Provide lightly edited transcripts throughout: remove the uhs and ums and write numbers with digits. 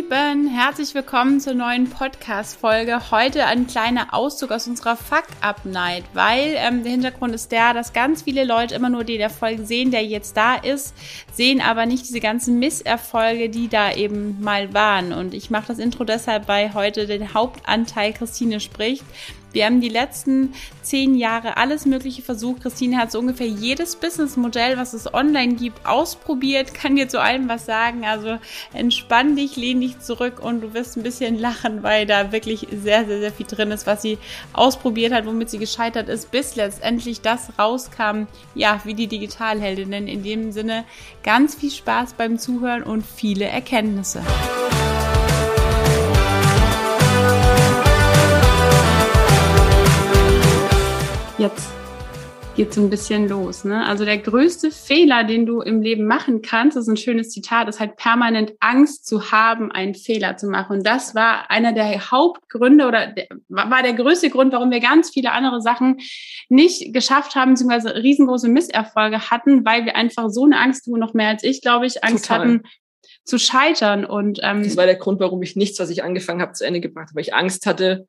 Lieben, herzlich willkommen zur neuen Podcast-Folge. Heute ein kleiner Auszug aus unserer Fuck-Up-Night, weil der Hintergrund ist der, dass ganz viele Leute immer nur den Erfolg sehen, der jetzt da ist, sehen aber nicht diese ganzen Misserfolge, die da eben mal waren. Und ich mache das Intro deshalb, weil heute den Hauptanteil Christine spricht. Wir haben die letzten 10 Jahre alles Mögliche versucht. Christine hat so ungefähr jedes Businessmodell, was es online gibt, ausprobiert, kann dir zu allem was sagen. Also entspann dich, lehn dich zurück und du wirst ein bisschen lachen, weil da wirklich sehr, sehr, sehr viel drin ist, was sie ausprobiert hat, womit sie gescheitert ist, bis letztendlich das rauskam, ja, wie die Digitalheldinnen. In dem Sinne ganz viel Spaß beim Zuhören und viele Erkenntnisse. Jetzt geht's so ein bisschen los, ne? Also der größte Fehler, den du im Leben machen kannst, das ist ein schönes Zitat, ist halt permanent Angst zu haben, einen Fehler zu machen. Und das war einer der Hauptgründe oder war der größte Grund, warum wir ganz viele andere Sachen nicht geschafft haben, beziehungsweise riesengroße Misserfolge hatten, weil wir einfach so eine Angst, du noch mehr als ich, glaube ich, Angst hatten zu scheitern. Und das war der Grund, warum ich nichts, was ich angefangen habe, zu Ende gebracht habe, weil ich Angst hatte,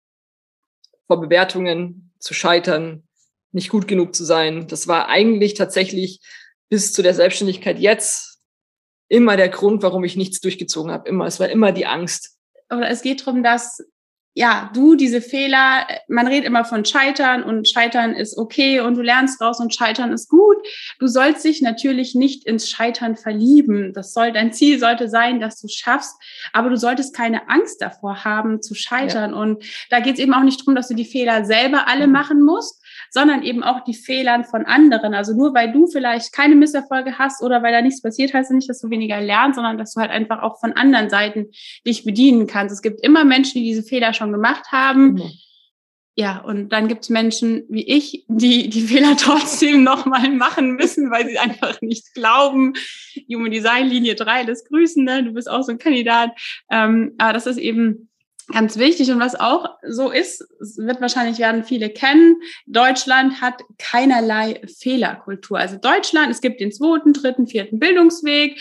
vor Bewertungen zu scheitern, nicht gut genug zu sein. Das war eigentlich tatsächlich bis zu der Selbstständigkeit jetzt immer der Grund, warum ich nichts durchgezogen habe. Immer. Es war immer die Angst. Oder es geht darum, dass ja, du diese Fehler, man redet immer von Scheitern und Scheitern ist okay und du lernst raus und Scheitern ist gut. Du sollst dich natürlich nicht ins Scheitern verlieben. Dein Ziel sollte sein, dass du es schaffst, aber du solltest keine Angst davor haben, zu scheitern. Ja. Und da geht es eben auch nicht darum, dass du die Fehler selber alle machen musst, sondern eben auch die Fehlern von anderen. Also nur weil du vielleicht keine Misserfolge hast oder weil da nichts passiert, heißt das nicht, dass du weniger lernst, sondern dass du halt einfach auch von anderen Seiten dich bedienen kannst. Es gibt immer Menschen, die diese Fehler schon gemacht haben. Mhm. Ja, und dann gibt es Menschen wie ich, die die Fehler trotzdem nochmal machen müssen, weil sie einfach nicht glauben. Human Design Linie 3, das Grüßen, ne? Du bist auch so ein Kandidat. Aber das ist eben ganz wichtig. Und was auch so ist, werden viele kennen, Deutschland hat keinerlei Fehlerkultur. Also Deutschland, es gibt den 2., 3., 4. Bildungsweg.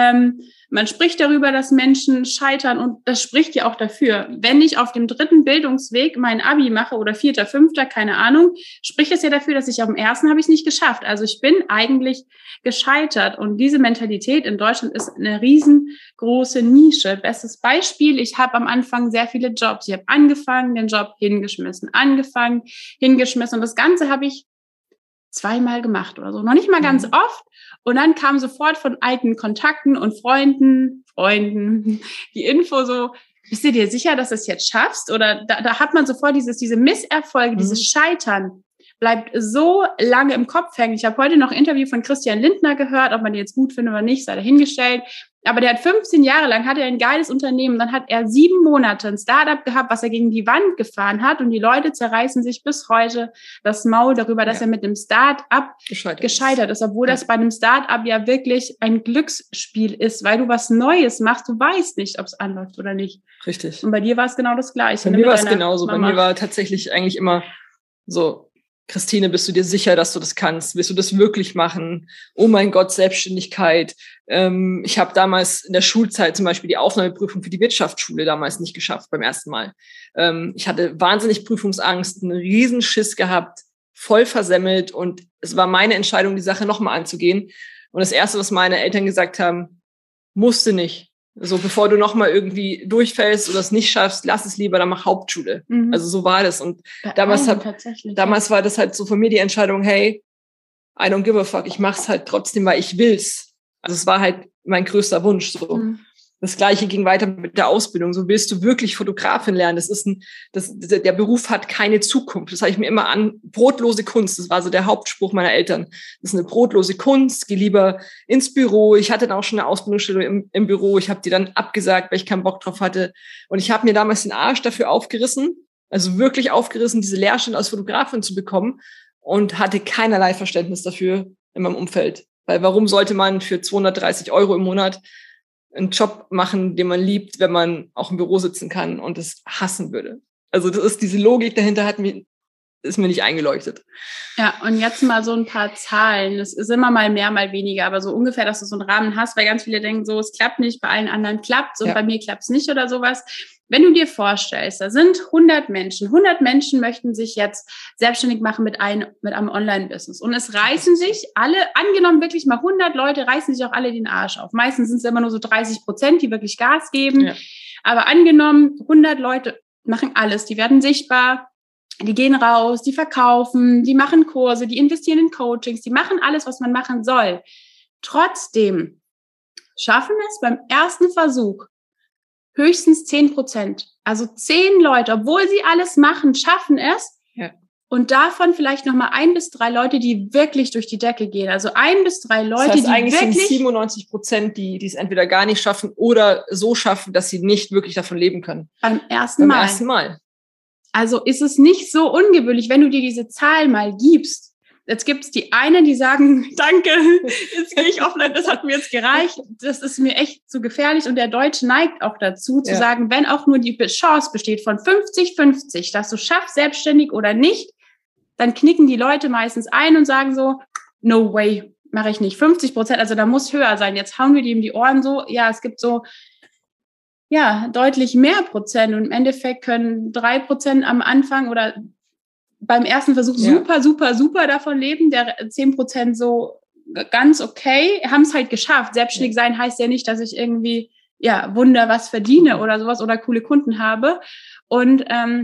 Man spricht darüber, dass Menschen scheitern und das spricht ja auch dafür. Wenn ich auf dem 3. Bildungsweg mein Abi mache oder 4., 5., keine Ahnung, spricht es ja dafür, dass ich auf dem 1. habe ich es nicht geschafft. Also ich bin eigentlich gescheitert und diese Mentalität in Deutschland ist eine riesengroße Nische. Bestes Beispiel, ich habe am Anfang sehr viele Jobs. Ich habe angefangen, den Job hingeschmissen und das Ganze habe ich 2-mal gemacht oder so. Noch nicht mal ganz oft. Und dann kam sofort von alten Kontakten und Freunden die Info so, bist du dir sicher, dass du es jetzt schaffst? Oder da hat man sofort diese Misserfolge, dieses Scheitern bleibt so lange im Kopf hängen. Ich habe heute noch ein Interview von Christian Lindner gehört, ob man die jetzt gut findet oder nicht, sei dahingestellt. Aber der hat 15 Jahre lang, hat er ein geiles Unternehmen, dann hat er 7 Monate ein Startup gehabt, was er gegen die Wand gefahren hat und die Leute zerreißen sich bis heute das Maul darüber, dass er mit dem Startup gescheitert ist, obwohl das bei einem Startup ja wirklich ein Glücksspiel ist, weil du was Neues machst, du weißt nicht, ob es anläuft oder nicht. Richtig. Und bei dir war es genau das Gleiche. Bei mir war es genauso. Mama. Bei mir war tatsächlich eigentlich immer so, Christine, bist du dir sicher, dass du das kannst? Willst du das wirklich machen? Oh mein Gott, Selbstständigkeit. Ich habe damals in der Schulzeit zum Beispiel die Aufnahmeprüfung für die Wirtschaftsschule damals nicht geschafft beim ersten Mal. Ich hatte wahnsinnig Prüfungsangst, einen Riesenschiss gehabt, voll versemmelt und es war meine Entscheidung, die Sache nochmal anzugehen. Und das Erste, was meine Eltern gesagt haben, musste nicht. So, bevor du nochmal irgendwie durchfällst oder es nicht schaffst, lass es lieber, dann mach Hauptschule. Mhm. Also so war das. Und damals war das halt so von mir die Entscheidung, hey, I don't give a fuck, ich mach's halt trotzdem, weil ich will's. Also es war halt mein größter Wunsch. So. Mhm. Das Gleiche ging weiter mit der Ausbildung. So, willst du wirklich Fotografin lernen? Der Beruf hat keine Zukunft. Das habe ich mir immer an. Brotlose Kunst. Das war so der Hauptspruch meiner Eltern. Das ist eine brotlose Kunst. Geh lieber ins Büro. Ich hatte dann auch schon eine Ausbildungsstelle im Büro. Ich habe die dann abgesagt, weil ich keinen Bock drauf hatte. Und ich habe mir damals den Arsch dafür aufgerissen, also wirklich aufgerissen, diese Lehrstelle als Fotografin zu bekommen und hatte keinerlei Verständnis dafür in meinem Umfeld. Weil warum sollte man für 230 € im Monat einen Job machen, den man liebt, wenn man auch im Büro sitzen kann und es hassen würde. Also das ist diese Logik dahinter, hat mir ist mir nicht eingeleuchtet. Ja, und jetzt mal so ein paar Zahlen. Das ist immer mal mehr, mal weniger, aber so ungefähr, dass du so einen Rahmen hast, weil ganz viele denken so, es klappt nicht, bei allen anderen klappt's und bei mir klappt's nicht oder sowas. Wenn du dir vorstellst, da sind 100 Menschen möchten sich jetzt selbstständig machen mit einem Online-Business und es reißen sich alle, angenommen wirklich mal 100 Leute, reißen sich auch alle den Arsch auf. Meistens sind es immer nur so 30%, die wirklich Gas geben, aber angenommen 100 Leute machen alles, die werden sichtbar, die gehen raus, die verkaufen, die machen Kurse, die investieren in Coachings, die machen alles, was man machen soll. Trotzdem schaffen es beim ersten Versuch höchstens 10%. Also 10 Leute, obwohl sie alles machen, schaffen es. Ja. Und davon vielleicht nochmal 1 bis 3 Leute, die wirklich durch die Decke gehen. Also 1 bis 3 Leute, das heißt, die eigentlich wirklich... sind 97%, die es entweder gar nicht schaffen oder so schaffen, dass sie nicht wirklich davon leben können. Beim ersten Mal. Also ist es nicht so ungewöhnlich, wenn du dir diese Zahl mal gibst. Jetzt gibt es die einen, die sagen, danke, jetzt gehe ich offline, das hat mir jetzt gereicht. Das ist mir echt zu gefährlich. Und der Deutsche neigt auch dazu, zu sagen, wenn auch nur die Chance besteht von 50-50, dass du schaffst, selbstständig oder nicht, dann knicken die Leute meistens ein und sagen so, no way, mache ich nicht. 50%, also da muss höher sein. Jetzt hauen wir die um die Ohren so, ja, es gibt so, ja, deutlich mehr Prozent und im Endeffekt können 3% am Anfang oder beim ersten Versuch super davon leben, der 10% so ganz okay, haben es halt geschafft. Selbstständig sein heißt ja nicht, dass ich irgendwie, Wunder was verdiene oder sowas oder coole Kunden habe. Und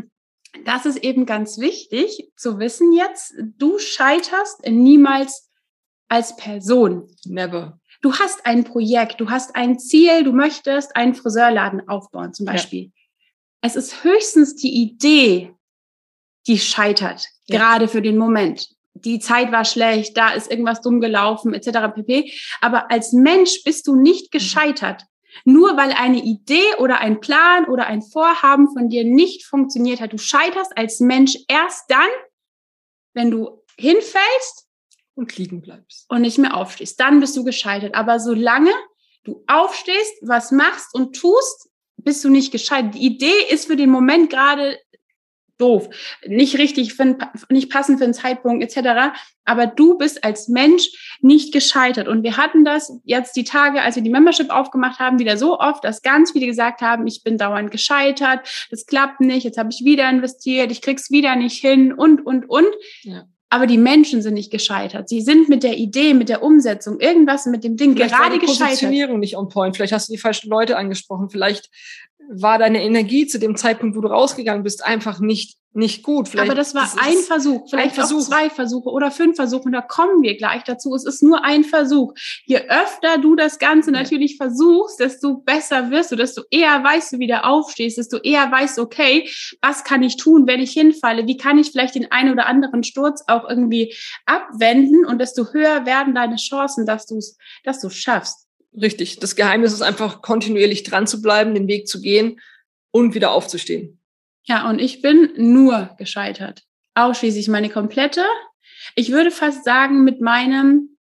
das ist eben ganz wichtig zu wissen jetzt, du scheiterst niemals als Person. Never. Du hast ein Projekt, du hast ein Ziel, du möchtest einen Friseurladen aufbauen zum Beispiel. Ja. Es ist höchstens die Idee, die scheitert, gerade für den Moment. Die Zeit war schlecht, da ist irgendwas dumm gelaufen, etc. pp. Aber als Mensch bist du nicht gescheitert. Nur weil eine Idee oder ein Plan oder ein Vorhaben von dir nicht funktioniert hat. Du scheiterst als Mensch erst dann, wenn du hinfällst und liegen bleibst und nicht mehr aufstehst. Dann bist du gescheitert. Aber solange du aufstehst, was machst und tust, bist du nicht gescheitert. Die Idee ist für den Moment gerade doof, nicht richtig, nicht passend für den Zeitpunkt etc. Aber du bist als Mensch nicht gescheitert. Und wir hatten das jetzt die Tage, als wir die Membership aufgemacht haben, wieder so oft, dass ganz viele gesagt haben, ich bin dauernd gescheitert, das klappt nicht, jetzt habe ich wieder investiert, ich krieg's wieder nicht hin und. Ja. Aber die Menschen sind nicht gescheitert. Sie sind mit der Idee, mit der Umsetzung, irgendwas mit dem Ding vielleicht gerade war die gescheitert. Positionierung nicht on point. Vielleicht hast du die falschen Leute angesprochen. Vielleicht war deine Energie zu dem Zeitpunkt, wo du rausgegangen bist, einfach nicht gut. Vielleicht aber das war ein Versuch, vielleicht auch 2 Versuche oder 5 Versuche. Und da kommen wir gleich dazu. Es ist nur ein Versuch. Je öfter du das Ganze natürlich versuchst, desto besser wirst du, desto eher weißt du, wie du aufstehst, desto eher weißt du, okay, was kann ich tun, wenn ich hinfalle? Wie kann ich vielleicht den einen oder anderen Sturz auch irgendwie abwenden? Und desto höher werden deine Chancen, dass du es schaffst. Richtig. Das Geheimnis ist einfach, kontinuierlich dran zu bleiben, den Weg zu gehen und wieder aufzustehen. Ja, und ich bin nur gescheitert. Ausschließlich meine komplette. Ich würde fast sagen, mit meinem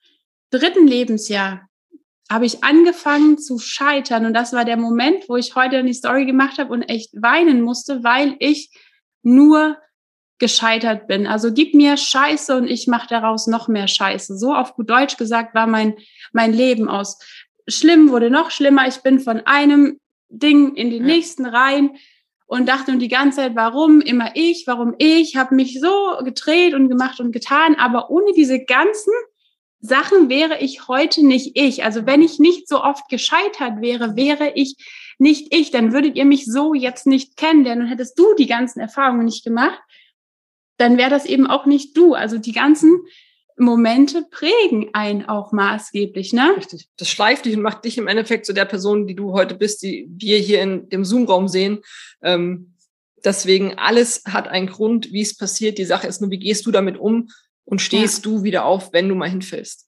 3. Lebensjahr habe ich angefangen zu scheitern. Und das war der Moment, wo ich heute die Story gemacht habe und echt weinen musste, weil ich nur gescheitert bin. Also gib mir Scheiße und ich mache daraus noch mehr Scheiße. So auf gut Deutsch gesagt war mein Leben aus. Schlimm wurde noch schlimmer. Ich bin von einem Ding in den nächsten rein und dachte nun die ganze Zeit, warum ich, habe mich so gedreht und gemacht und getan. Aber ohne diese ganzen Sachen wäre ich heute nicht ich. Also wenn ich nicht so oft gescheitert wäre, wäre ich nicht ich. Dann würdet ihr mich so jetzt nicht kennen, denn dann hättest du die ganzen Erfahrungen nicht gemacht. Dann wäre das eben auch nicht du. Also die ganzen Momente prägen einen auch maßgeblich, ne? Richtig. Das schleift dich und macht dich im Endeffekt zu der Person, die du heute bist, die wir hier in dem Zoom-Raum sehen. Deswegen, alles hat einen Grund, wie es passiert. Die Sache ist nur, wie gehst du damit um und stehst du wieder auf, wenn du mal hinfällst.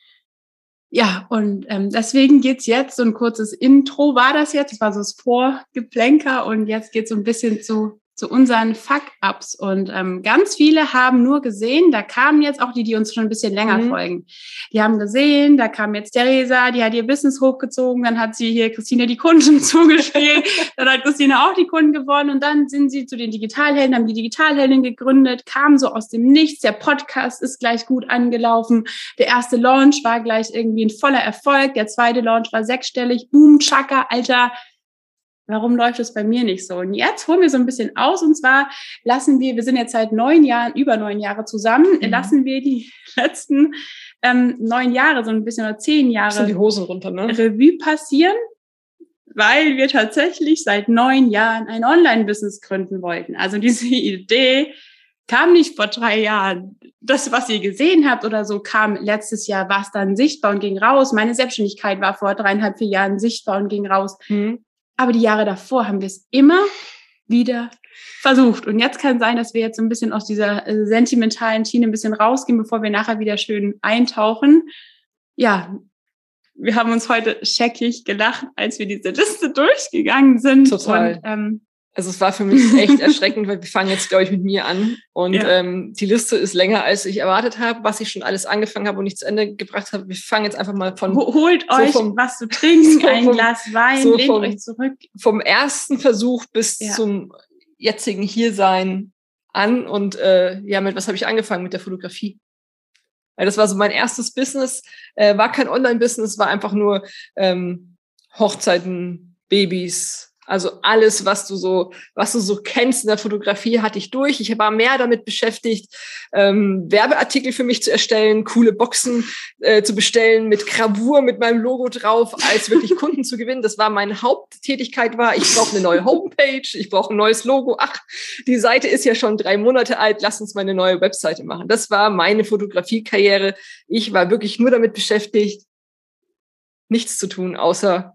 Ja, und deswegen geht's jetzt, so ein kurzes Intro war das jetzt. Das war so das Vorgeplänker und jetzt geht's so ein bisschen zu zu unseren Fuck-Ups. Und ganz viele haben nur gesehen, da kamen jetzt auch die uns schon ein bisschen länger folgen. Die haben gesehen, da kam jetzt Theresa, die hat ihr Business hochgezogen, dann hat sie hier Christine die Kunden zugespielt, dann hat Christine auch die Kunden gewonnen und dann sind sie zu den Digitalhelden, haben die Digitalheldin gegründet, kamen so aus dem Nichts, der Podcast ist gleich gut angelaufen, der erste Launch war gleich irgendwie ein voller Erfolg, der zweite Launch war 6-stellig, boom, Chaka, Alter, warum läuft es bei mir nicht so? Und jetzt holen wir so ein bisschen aus, und zwar wir sind jetzt seit über 9 Jahre zusammen, lassen wir die letzten 9 Jahre, so ein bisschen, oder 10 Jahre die Hosen runter, ne? Revue passieren, weil wir tatsächlich seit 9 Jahren ein Online-Business gründen wollten. Also diese Idee kam nicht vor 3 Jahren. Das, was ihr gesehen habt oder so, kam letztes Jahr, war es dann sichtbar und ging raus. Meine Selbstständigkeit war vor 3,5, 4 Jahren sichtbar und ging raus. Aber die Jahre davor haben wir es immer wieder versucht. Und jetzt kann sein, dass wir jetzt so ein bisschen aus dieser sentimentalen Schiene ein bisschen rausgehen, bevor wir nachher wieder schön eintauchen. Ja, wir haben uns heute scheckig gelacht, als wir diese Liste durchgegangen sind. Total. Und, also es war für mich echt erschreckend, weil wir fangen jetzt, glaube ich, mit mir an. Und die Liste ist länger, als ich erwartet habe, was ich schon alles angefangen habe und nicht zu Ende gebracht habe. Wir fangen jetzt einfach mal von... Holt euch was zu trinken, ein Glas Wein, lehnt euch zurück. Vom ersten Versuch bis zum jetzigen Hiersein an. Und mit was habe ich angefangen? Mit der Fotografie. Weil das war so mein erstes Business. War kein Online-Business, war einfach nur Hochzeiten, Babys. Also alles, was du so kennst in der Fotografie, hatte ich durch. Ich war mehr damit beschäftigt, Werbeartikel für mich zu erstellen, coole Boxen zu bestellen mit Gravur, mit meinem Logo drauf, als wirklich Kunden zu gewinnen. Das war meine Haupttätigkeit. Ich brauche eine neue Homepage, ich brauche ein neues Logo. Ach, die Seite ist ja schon 3 Monate alt, lass uns mal eine neue Webseite machen. Das war meine Fotografiekarriere. Ich war wirklich nur damit beschäftigt, nichts zu tun, außer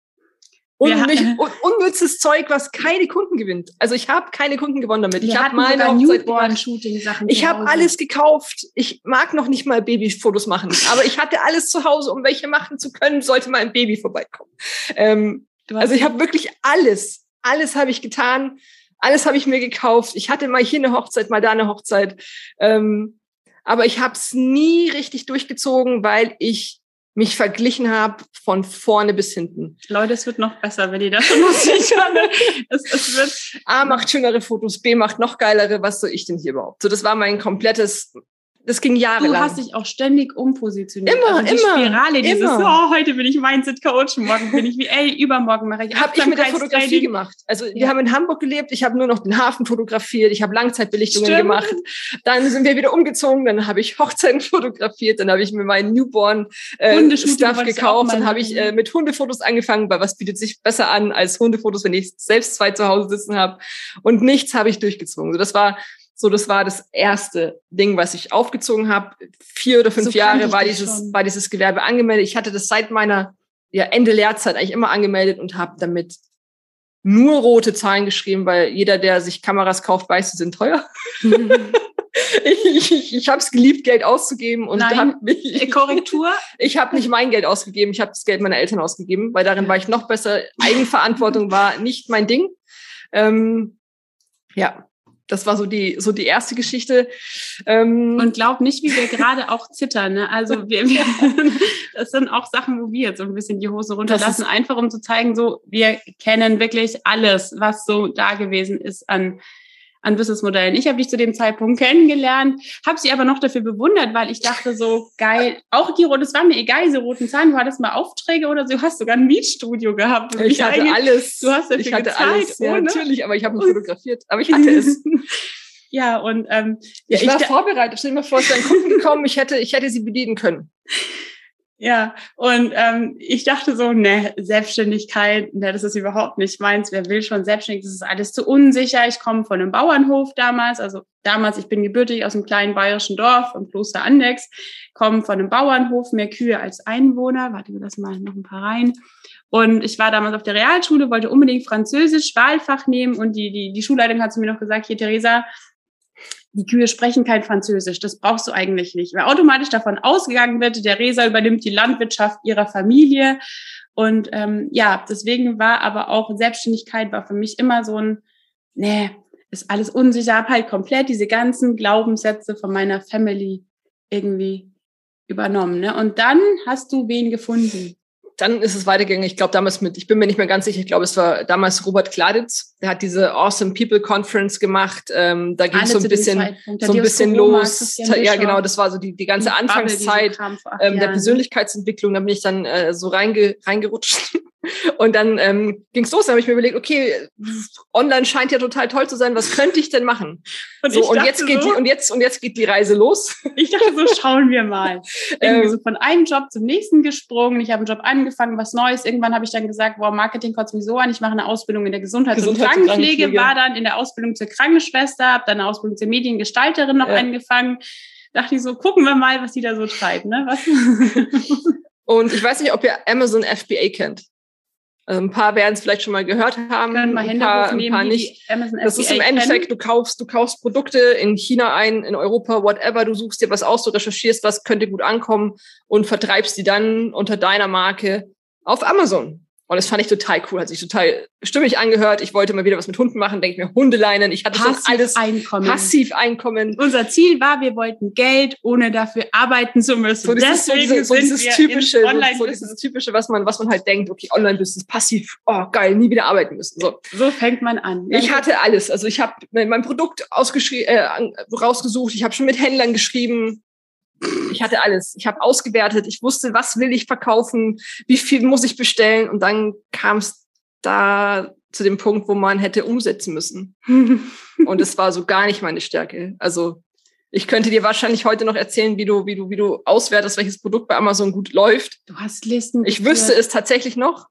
unnützes Zeug, was keine Kunden gewinnt. Also ich habe keine Kunden gewonnen damit. Ich habe meine Newborn-Shooting-Sachen. Ich habe alles gekauft. Ich mag noch nicht mal Babyfotos machen, aber ich hatte alles zu Hause, um welche machen zu können, sollte mal ein Baby vorbeikommen. Also ich habe wirklich alles habe ich getan, alles habe ich mir gekauft. Ich hatte mal hier eine Hochzeit, mal da eine Hochzeit, aber ich habe es nie richtig durchgezogen, weil ich mich verglichen habe von vorne bis hinten. Leute, es wird noch besser, wenn ihr das schon lustig hören. Es wird A macht schönere Fotos, B macht noch geilere. Was soll ich denn hier überhaupt? So, das war mein komplettes... Das ging jahrelang. Du hast dich auch ständig umpositioniert. Immer, also die Spirale, dieses, heute bin ich Mindset-Coach, morgen bin ich übermorgen mache ich Habe ich mit der Fotografie gemacht. Also wir haben in Hamburg gelebt, ich habe nur noch den Hafen fotografiert, ich habe Langzeitbelichtungen gemacht. Dann sind wir wieder umgezogen, dann habe ich Hochzeiten fotografiert, dann habe ich mir meinen Newborn-Stuff gekauft, dann habe ich mit Hundefotos angefangen, weil was bietet sich besser an als Hundefotos, wenn ich selbst 2 zu Hause sitzen habe. Und nichts habe ich durchgezogen. Das war das erste Ding, was ich aufgezogen habe. 4 oder 5 Jahre war dieses Gewerbe angemeldet. Ich hatte das seit meiner Ende Lehrzeit eigentlich immer angemeldet und habe damit nur rote Zahlen geschrieben, weil jeder, der sich Kameras kauft, weiß, sie sind teuer. Ich habe es geliebt, Geld auszugeben und Korrektur. Ich habe nicht mein Geld ausgegeben, ich habe das Geld meiner Eltern ausgegeben, weil darin war ich noch besser. Eigenverantwortung war nicht mein Ding. Das war so die erste Geschichte. Und glaub nicht, wie wir gerade auch zittern. Ne? Also das sind auch Sachen, wo wir jetzt so ein bisschen die Hose runterlassen, einfach um zu zeigen, so wir kennen wirklich alles, was so da gewesen ist an Businessmodellen. Ich habe dich zu dem Zeitpunkt kennengelernt, habe sie aber noch dafür bewundert, weil ich dachte so, geil, auch das war mir egal, diese roten Zahlen, du hattest mal Aufträge oder so, du hast sogar ein Mietstudio gehabt. Ich hatte alles. Du hast dafür gezahlt. Ja, natürlich, aber ich habe nur fotografiert, aber ich hatte es. Ja, und ich war vorbereitet. Stell dir mal vor, es wären Kunden gekommen, ich hätte sie bedienen können. Ja, und ich dachte so, Selbstständigkeit, das ist überhaupt nicht meins. Wer will schon selbstständig? Das ist alles zu unsicher. Ich komme von einem Bauernhof damals. Ich bin gebürtig aus einem kleinen bayerischen Dorf im Kloster Andechs, komme von einem Bauernhof, mehr Kühe als Einwohner. Warte, wir lassen mal noch ein paar rein. Und ich war damals auf der Realschule, wollte unbedingt Französisch, Wahlfach nehmen. Und die Schulleitung hat zu mir noch gesagt, hier, Theresa, die Kühe sprechen kein Französisch, das brauchst du eigentlich nicht, weil automatisch davon ausgegangen wird, Theresa übernimmt die Landwirtschaft ihrer Familie. Und deswegen war aber auch Selbstständigkeit war für mich immer so ein, ist alles unsicher, habe halt komplett diese ganzen Glaubenssätze von meiner Family irgendwie übernommen. Ne? Und dann hast du wen gefunden? Dann ist es weitergegangen. Ich glaube damals ich bin mir nicht mehr ganz sicher, ich glaube, es war damals Robert Kladitz, der hat diese Awesome People Conference gemacht. Da ging es so ein bisschen los. Ja, genau, das war so die ganze Anfangszeit der Persönlichkeitsentwicklung. Da bin ich dann so reingerutscht. Und dann ging es los, da habe ich mir überlegt, okay, online scheint ja total toll zu sein, was könnte ich denn machen? Und jetzt geht die Reise los. Ich dachte so, schauen wir mal. Irgendwie so von einem Job zum nächsten gesprungen. Ich habe einen Job angefangen, was Neues. Irgendwann habe ich dann gesagt, wow, Marketing kotzt mich so an. Ich mache eine Ausbildung in der Gesundheits- und Krankenpflege, war dann in der Ausbildung zur Krankenschwester, habe dann eine Ausbildung zur Mediengestalterin noch angefangen. Dachte ich so, gucken wir mal, was die da so treibt. Ne? Was? Und ich weiß nicht, ob ihr Amazon FBA kennt. Also ein paar werden es vielleicht schon mal gehört haben, ein paar nicht. Das ist im Endeffekt, du kaufst Produkte in China ein, in Europa, whatever, du suchst dir was aus, du recherchierst, was könnte gut ankommen und vertreibst die dann unter deiner Marke auf Amazon. Und das fand ich total cool, hat sich total stimmig angehört. Ich wollte mal wieder was mit Hunden machen, denke ich mir, Hundeleinen. Ich hatte schon alles Passiveinkommen. Unser Ziel war, wir wollten Geld, ohne dafür arbeiten zu müssen. So dieses typische, was man halt denkt, okay, Online-Business, passiv, oh geil, nie wieder arbeiten müssen. So fängt man an. Ich hatte alles. Also ich habe mein Produkt rausgesucht, ich habe schon mit Händlern geschrieben. Ich hatte alles. Ich habe ausgewertet. Ich wusste, was will ich verkaufen, wie viel muss ich bestellen. Und dann kam es da zu dem Punkt, wo man hätte umsetzen müssen. Und es war so gar nicht meine Stärke. Also ich könnte dir wahrscheinlich heute noch erzählen, wie du auswertest, welches Produkt bei Amazon gut läuft. Du hast Listen. Ich wüsste es tatsächlich noch.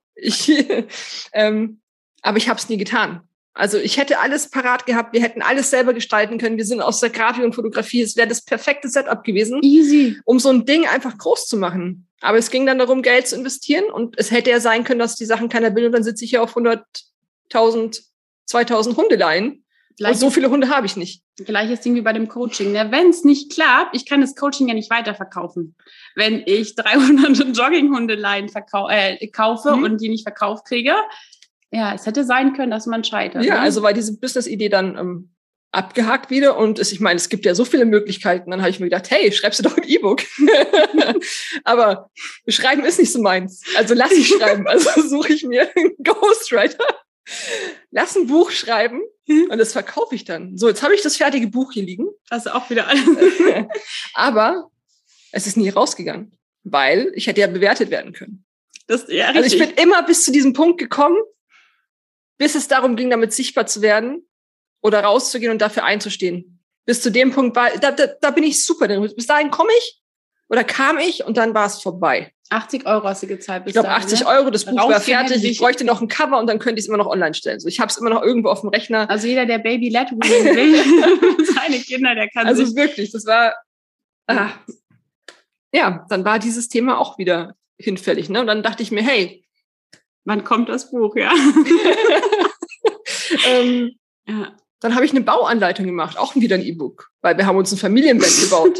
Aber ich habe es nie getan. Also ich hätte alles parat gehabt, wir hätten alles selber gestalten können, wir sind aus der Grafik und Fotografie, es wäre das perfekte Setup gewesen, easy, um so ein Ding einfach groß zu machen. Aber es ging dann darum, Geld zu investieren und es hätte ja sein können, dass die Sachen keiner will und dann sitze ich hier auf 100.000, 2.000 Hundeleien und so viele Hunde habe ich nicht. Gleiches Ding wie bei dem Coaching. Ne? Wenn es nicht klappt, ich kann das Coaching ja nicht weiterverkaufen. Wenn ich 300 Jogginghundeleien kaufe und die nicht verkauft kriege, ja, es hätte sein können, dass man scheitert. Ja, ne? Also war diese Business-Idee dann abgehakt wieder und ich meine, es gibt ja so viele Möglichkeiten. Dann habe ich mir gedacht, hey, schreibst du doch ein E-Book. Aber schreiben ist nicht so meins. Also lass ich schreiben. Also suche ich mir einen Ghostwriter, lass ein Buch schreiben und das verkaufe ich dann. So, jetzt habe ich das fertige Buch hier liegen. Also auch wieder alles. Aber es ist nie rausgegangen, weil ich hätte ja bewertet werden können. Das, ja, also ich bin immer bis zu diesem Punkt gekommen, bis es darum ging, damit sichtbar zu werden oder rauszugehen und dafür einzustehen. Bis zu dem Punkt da bin ich super drin. Bis dahin kam ich und dann war es vorbei. 80 € hast du gezahlt. Ich glaube 80 €, das Buch war fertig. Ich bräuchte noch ein Cover und dann könnte ich es immer noch online stellen. So, ich habe es immer noch irgendwo auf dem Rechner. Also jeder, der Baby Led will, seine Kinder, der kann also wirklich, das war, ja, dann war dieses Thema auch wieder hinfällig. Ne? Und dann dachte ich mir, hey, wann kommt das Buch, ja? Ja. Dann habe ich eine Bauanleitung gemacht, auch wieder ein E-Book, weil wir haben uns ein Familienbett gebaut.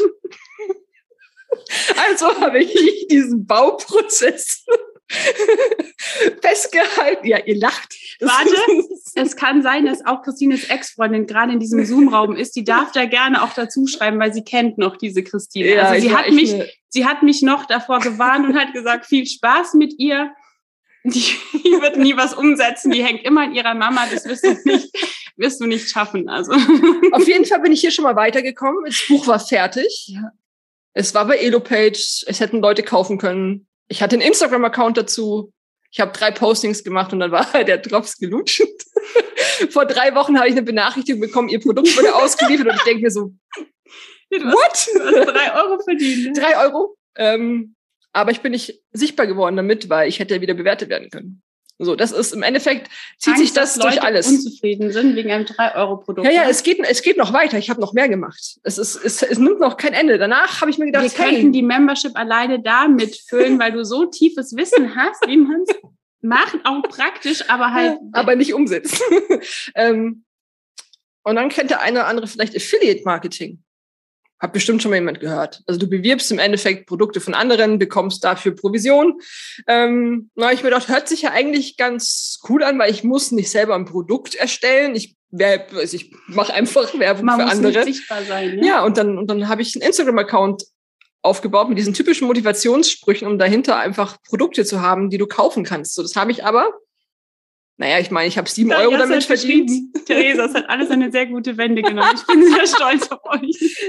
Also habe ich diesen Bauprozess festgehalten. Ja, ihr lacht. Warte, es kann sein, dass auch Christines Ex-Freundin gerade in diesem Zoom-Raum ist. Die darf da gerne auch dazu schreiben, weil sie kennt noch diese Christine. Ja, also sie hat mich noch davor gewarnt und hat gesagt, viel Spaß mit ihr. Die wird nie was umsetzen, die hängt immer an ihrer Mama, das wirst du nicht schaffen. Also. Auf jeden Fall bin ich hier schon mal weitergekommen. Das Buch war fertig. Ja. Es war bei Elopage, es hätten Leute kaufen können. Ich hatte einen Instagram-Account dazu. Ich habe 3 Postings gemacht und dann war der Drops gelutscht. Vor 3 Wochen habe ich eine Benachrichtigung bekommen, ihr Produkt wurde ausgeliefert und ich denke mir so, what? Du hast 3 € verdient. Ne? 3 €. Aber ich bin nicht sichtbar geworden damit, weil ich hätte wieder bewertet werden können. So, das ist im Endeffekt, zieht sich das durch alles. Unzufrieden sind wegen einem 3-€ Ja, es geht noch weiter. Ich habe noch mehr gemacht. Es nimmt noch kein Ende. Danach habe ich mir gedacht, wir könnten die Membership alleine damit füllen, weil du so tiefes Wissen hast, wie man es macht, auch praktisch, aber halt. Aber nicht umsetzt. Und dann kennt der eine oder andere vielleicht Affiliate-Marketing. Hat bestimmt schon mal jemand gehört. Also du bewirbst im Endeffekt Produkte von anderen, bekommst dafür Provision. Ich mir gedacht, hört sich ja eigentlich ganz cool an, weil ich muss nicht selber ein Produkt erstellen. Ich ich mache einfach Werbung für andere. Man muss nicht sichtbar sein. Ja, und dann habe ich einen Instagram-Account aufgebaut mit diesen typischen Motivationssprüchen, um dahinter einfach Produkte zu haben, die du kaufen kannst. So, das habe ich aber. Naja, ich meine, ich habe 7 Euro damit verdient. Theresa, das hat alles eine sehr gute Wende genommen. Ich bin sehr stolz auf euch.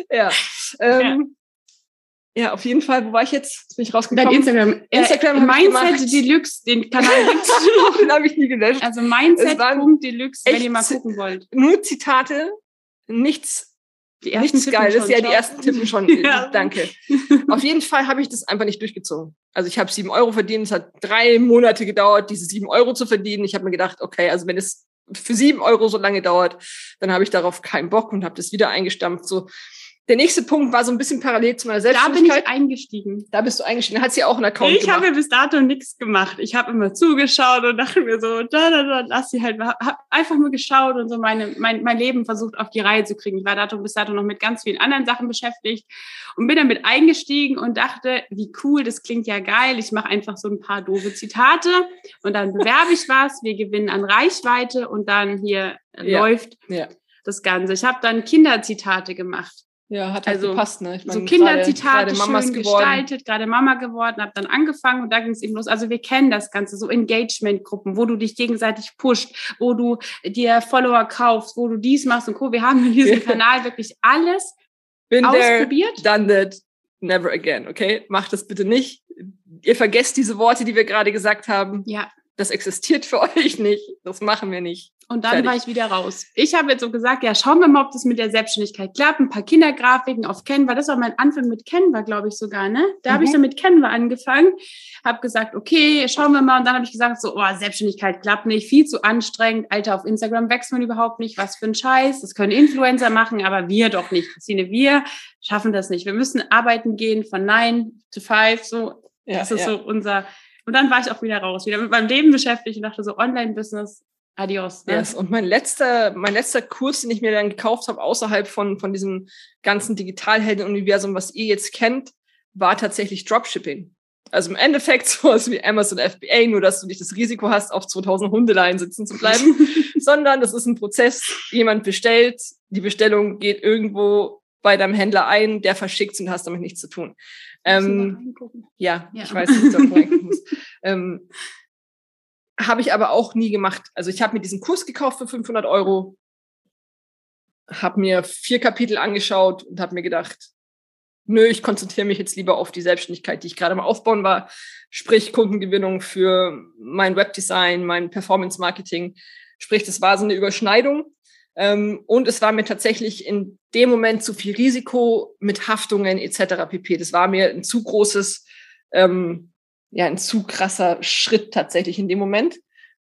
Ja, auf jeden Fall. Wo war ich jetzt? Jetzt bin ich rausgekommen. Dein Instagram Mindset Deluxe, den Kanal gibt's noch. Den habe ich nie gelöscht. Also Mindset.Deluxe, wenn ihr mal gucken wollt. Nur Zitate, nichts Geiles. Ja, die ersten Tippen schon. Ja. Danke. Auf jeden Fall habe ich das einfach nicht durchgezogen. Also ich habe 7 Euro verdient. Es hat 3 Monate gedauert, diese 7 Euro zu verdienen. Ich habe mir gedacht, okay, also wenn es für 7 Euro so lange dauert, dann habe ich darauf keinen Bock und habe das wieder eingestampft. So. Der nächste Punkt war so ein bisschen parallel zu meiner Selbstständigkeit. Da bin ich eingestiegen. Da bist du eingestiegen. Hat sie auch einen Account gemacht? Ich habe bis dato nichts gemacht. Ich habe immer zugeschaut und dachte mir so, lass sie halt, habe einfach nur geschaut und so mein Leben versucht auf die Reihe zu kriegen. Ich war bis dato noch mit ganz vielen anderen Sachen beschäftigt und bin damit eingestiegen und dachte, wie cool, das klingt ja geil. Ich mache einfach so ein paar doofe Zitate und dann bewerbe ich was. Wir gewinnen an Reichweite und dann hier läuft das Ganze. Ich habe dann Kinderzitate gemacht. Ja, hat halt gepasst, ne? Ich meine, so Kinderzitate schön gestaltet, gerade Mama geworden, habe dann angefangen und da ging es eben los. Also wir kennen das Ganze, so Engagement-Gruppen, wo du dich gegenseitig pusht, wo du dir Follower kaufst, wo du dies machst und Co. Wir haben in diesem Kanal wirklich alles ausprobiert. Done that, never again, okay? Macht das bitte nicht. Ihr vergesst diese Worte, die wir gerade gesagt haben. Ja. Das existiert für euch nicht. Das machen wir nicht. Und dann war ich wieder raus. Ich habe jetzt so gesagt, ja, schauen wir mal, ob das mit der Selbstständigkeit klappt. Ein paar Kindergrafiken auf Canva. Das war mein Anfang mit Canva, glaube ich sogar, ne? Da habe ich so mit Canva angefangen. Habe gesagt, okay, schauen wir mal. Und dann habe ich gesagt, so, Selbstständigkeit klappt nicht. Viel zu anstrengend. Alter, auf Instagram wächst man überhaupt nicht. Was für ein Scheiß. Das können Influencer machen, aber wir doch nicht. Christine, wir schaffen das nicht. Wir müssen arbeiten gehen von 9 to 5. So, das ist so unser... Und dann war ich auch wieder raus. Wieder mit meinem Leben beschäftigt und dachte so, Online-Business... Adios. Ne? Yes. Und mein letzter Kurs, den ich mir dann gekauft habe, außerhalb von diesem ganzen Digitalhelden-Universum, was ihr jetzt kennt, war tatsächlich Dropshipping. Also im Endeffekt sowas wie Amazon FBA, nur dass du nicht das Risiko hast, auf 2000 Hundeleien sitzen zu bleiben, sondern das ist ein Prozess, jemand bestellt, die Bestellung geht irgendwo bei deinem Händler ein, der verschickt und hast damit nichts zu tun. Ich weiß nicht, ob ich reingucken muss. Habe ich aber auch nie gemacht. Also ich habe mir diesen Kurs gekauft für 500 Euro, habe mir 4 Kapitel angeschaut und habe mir gedacht, nö, ich konzentriere mich jetzt lieber auf die Selbstständigkeit, die ich gerade mal aufbauen war, sprich Kundengewinnung für mein Webdesign, mein Performance-Marketing. Sprich, das war so eine Überschneidung. Und es war mir tatsächlich in dem Moment zu viel Risiko mit Haftungen etc. pp. Das war mir ein zu großes... ein zu krasser Schritt tatsächlich in dem Moment.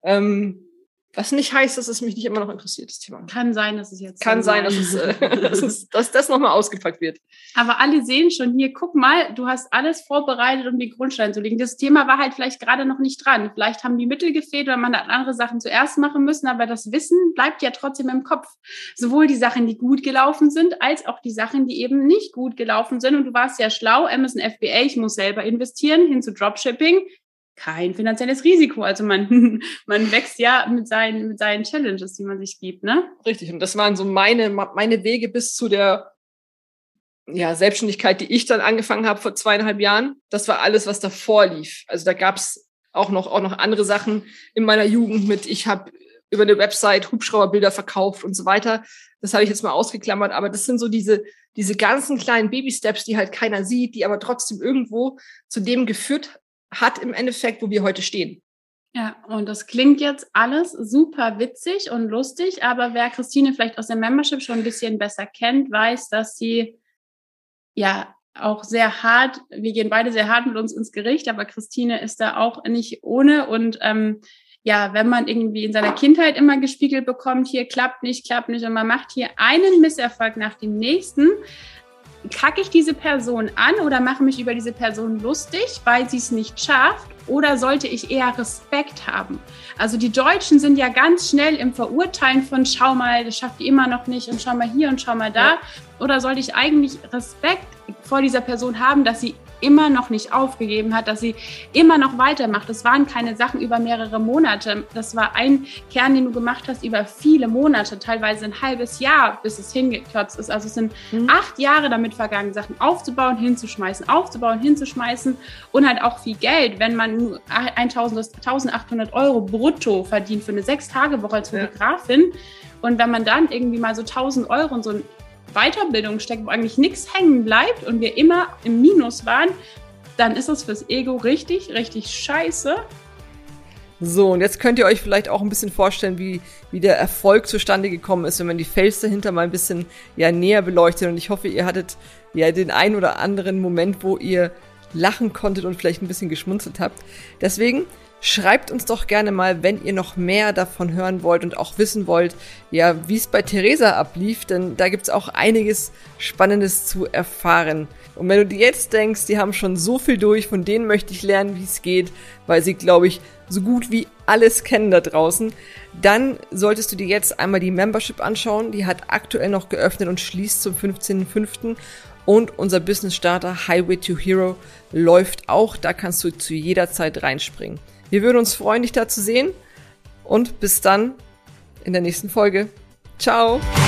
Was nicht heißt, dass es mich nicht immer noch interessiert, das Thema. Kann sein, dass es jetzt... Kann sein, dass das nochmal ausgepackt wird. Aber alle sehen schon hier, guck mal, du hast alles vorbereitet, um den Grundstein zu legen. Das Thema war halt vielleicht gerade noch nicht dran. Vielleicht haben die Mittel gefehlt oder man hat andere Sachen zuerst machen müssen, aber das Wissen bleibt ja trotzdem im Kopf. Sowohl die Sachen, die gut gelaufen sind, als auch die Sachen, die eben nicht gut gelaufen sind. Und du warst ja schlau, Amazon FBA, ich muss selber investieren, hin zu Dropshipping. Kein finanzielles Risiko. Also man wächst ja mit seinen Challenges, die man sich gibt, ne? Richtig. Und das waren so meine Wege bis zu der Selbstständigkeit, die ich dann angefangen habe vor 2,5 Jahren. Das war alles, was davor lief. Also da gab es auch noch andere Sachen in meiner Jugend mit. Ich habe über eine Website Hubschrauberbilder verkauft und so weiter. Das habe ich jetzt mal ausgeklammert. Aber das sind so diese ganzen kleinen Baby-Steps, die halt keiner sieht, die aber trotzdem irgendwo zu dem geführt hat im Endeffekt, wo wir heute stehen. Ja, und das klingt jetzt alles super witzig und lustig, aber wer Christine vielleicht aus der Membership schon ein bisschen besser kennt, weiß, dass sie auch sehr hart, wir gehen beide sehr hart mit uns ins Gericht, aber Christine ist da auch nicht ohne und wenn man irgendwie in seiner Kindheit immer gespiegelt bekommt, hier klappt nicht und man macht hier einen Misserfolg nach dem nächsten, kacke ich diese Person an oder mache mich über diese Person lustig, weil sie es nicht schafft? Oder sollte ich eher Respekt haben? Also die Deutschen sind ja ganz schnell im Verurteilen von schau mal, das schafft die immer noch nicht und schau mal hier und schau mal da. Ja. Oder sollte ich eigentlich Respekt vor dieser Person haben, dass sie immer noch nicht aufgegeben hat, dass sie immer noch weitermacht. Das waren keine Sachen über mehrere Monate. Das war ein Kern, den du gemacht hast über viele Monate, teilweise ein halbes Jahr, bis es hingekürzt ist. Also es sind 8 Jahre damit vergangen, Sachen aufzubauen, hinzuschmeißen und halt auch viel Geld. Wenn man nur 1.800 € brutto verdient für eine 6-Tage-Woche als Fotografin und wenn man dann irgendwie mal so 1.000 € in so ein Weiterbildung steckt, wo eigentlich nichts hängen bleibt und wir immer im Minus waren, dann ist das fürs Ego richtig, richtig scheiße. So, und jetzt könnt ihr euch vielleicht auch ein bisschen vorstellen, wie der Erfolg zustande gekommen ist, wenn man die Fails dahinter mal ein bisschen näher beleuchtet. Und ich hoffe, ihr hattet den einen oder anderen Moment, wo ihr lachen konntet und vielleicht ein bisschen geschmunzelt habt. Deswegen schreibt uns doch gerne mal, wenn ihr noch mehr davon hören wollt und auch wissen wollt, wie es bei Theresa ablief, denn da gibt's auch einiges Spannendes zu erfahren. Und wenn du dir jetzt denkst, die haben schon so viel durch, von denen möchte ich lernen, wie es geht, weil sie, glaube ich, so gut wie alles kennen da draußen, dann solltest du dir jetzt einmal die Membership anschauen. Die hat aktuell noch geöffnet und schließt zum 15.05. Und unser Business Starter Highway to Hero läuft auch. Da kannst du zu jeder Zeit reinspringen. Wir würden uns freuen, dich da zu sehen. Und bis dann in der nächsten Folge. Ciao!